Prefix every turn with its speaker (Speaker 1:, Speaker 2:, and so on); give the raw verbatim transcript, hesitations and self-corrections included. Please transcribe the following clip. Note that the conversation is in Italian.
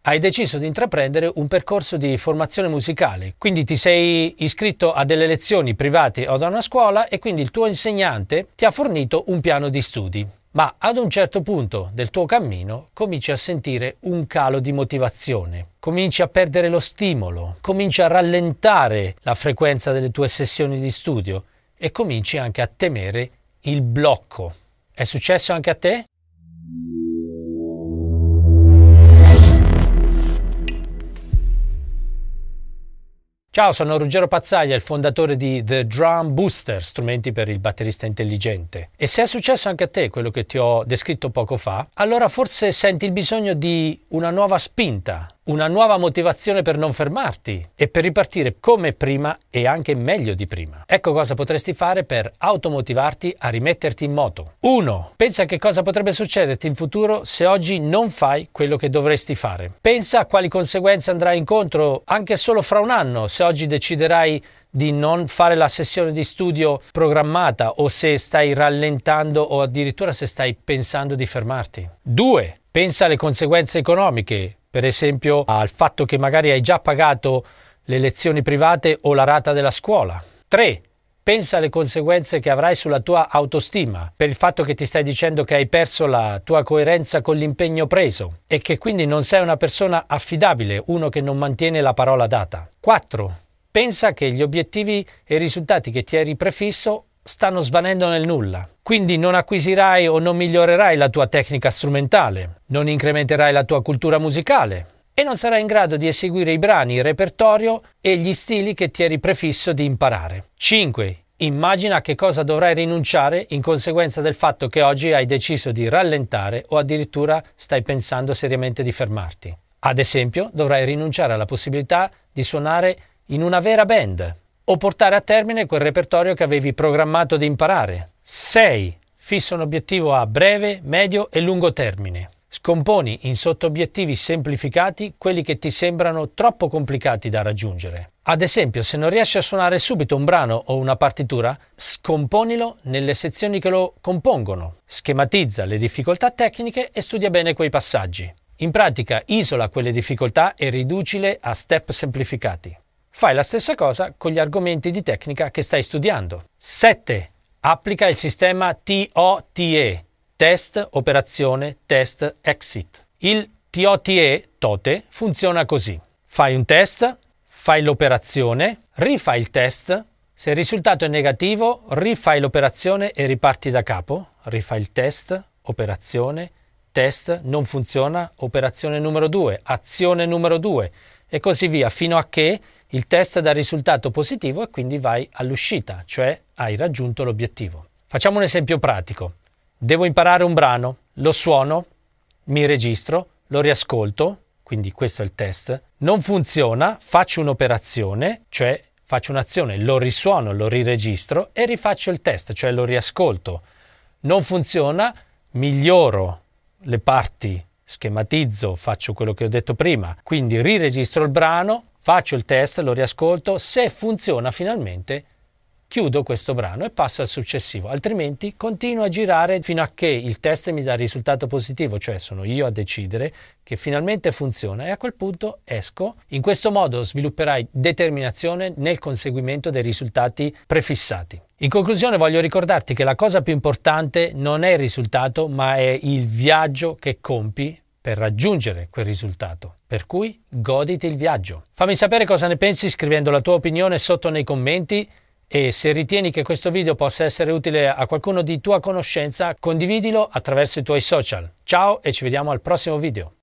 Speaker 1: hai deciso di intraprendere un percorso di formazione musicale, quindi ti sei iscritto a delle lezioni private o da una scuola e quindi il tuo insegnante ti ha fornito un piano di studi. Ma ad un certo punto del tuo cammino cominci a sentire un calo di motivazione, cominci a perdere lo stimolo, cominci a rallentare la frequenza delle tue sessioni di studio e cominci anche a temere il blocco. È successo anche a te? Ciao, sono Ruggero Pazzaglia, il fondatore di The Drum Booster, strumenti per il batterista intelligente. E se è successo anche a te quello che ti ho descritto poco fa, allora forse senti il bisogno di una nuova spinta, una nuova motivazione per non fermarti e per ripartire come prima e anche meglio di prima. Ecco cosa potresti fare per automotivarti a rimetterti in moto. uno. Pensa a che cosa potrebbe succederti in futuro se oggi non fai quello che dovresti fare. Pensa a quali conseguenze andrai incontro anche solo fra un anno se oggi deciderai di non fare la sessione di studio programmata o se stai rallentando o addirittura se stai pensando di fermarti. due. Pensa alle conseguenze economiche. Per esempio al fatto che magari hai già pagato le lezioni private o la rata della scuola. tre. Pensa alle conseguenze che avrai sulla tua autostima per il fatto che ti stai dicendo che hai perso la tua coerenza con l'impegno preso e che quindi non sei una persona affidabile, uno che non mantiene la parola data. quattro. Pensa che gli obiettivi e i risultati che ti eri prefisso stanno svanendo nel nulla. Quindi non acquisirai o non migliorerai la tua tecnica strumentale, non incrementerai la tua cultura musicale e non sarai in grado di eseguire i brani, il repertorio e gli stili che ti eri prefisso di imparare. cinque. Immagina a che cosa dovrai rinunciare in conseguenza del fatto che oggi hai deciso di rallentare o addirittura stai pensando seriamente di fermarti. Ad esempio, dovrai rinunciare alla possibilità di suonare in una vera band o portare a termine quel repertorio che avevi programmato di imparare. sei. Fissa un obiettivo a breve, medio e lungo termine. Scomponi in sottobiettivi semplificati quelli che ti sembrano troppo complicati da raggiungere. Ad esempio, se non riesci a suonare subito un brano o una partitura, scomponilo nelle sezioni che lo compongono. Schematizza le difficoltà tecniche e studia bene quei passaggi. In pratica, isola quelle difficoltà e riducile a step semplificati. Fai la stessa cosa con gli argomenti di tecnica che stai studiando. sette. Applica il sistema T O T E, test, operazione, test, exit. Il T O T E, TOTE, funziona così. Fai un test, fai l'operazione, rifai il test, se il risultato è negativo, rifai l'operazione e riparti da capo. Rifai il test, operazione, test, non funziona, operazione numero due, azione numero due e così via fino a che il test dà risultato positivo e quindi vai all'uscita, cioè hai raggiunto l'obiettivo. Facciamo un esempio pratico. Devo imparare un brano, lo suono, mi registro, lo riascolto, quindi questo è il test. Non funziona, faccio un'operazione, cioè faccio un'azione, lo risuono, lo riregistro e rifaccio il test, cioè lo riascolto. Non funziona, miglioro le parti, schematizzo, faccio quello che ho detto prima, quindi riregistro il brano, faccio il test, lo riascolto, se funziona finalmente chiudo questo brano e passo al successivo, altrimenti continuo a girare fino a che il test mi dà il risultato positivo, cioè sono io a decidere che finalmente funziona e a quel punto esco. In questo modo svilupperai determinazione nel conseguimento dei risultati prefissati. In conclusione voglio ricordarti che la cosa più importante non è il risultato, ma è il viaggio che compi per raggiungere quel risultato. Per cui goditi il viaggio. Fammi sapere cosa ne pensi scrivendo la tua opinione sotto nei commenti e se ritieni che questo video possa essere utile a qualcuno di tua conoscenza, condividilo attraverso i tuoi social. Ciao e ci vediamo al prossimo video.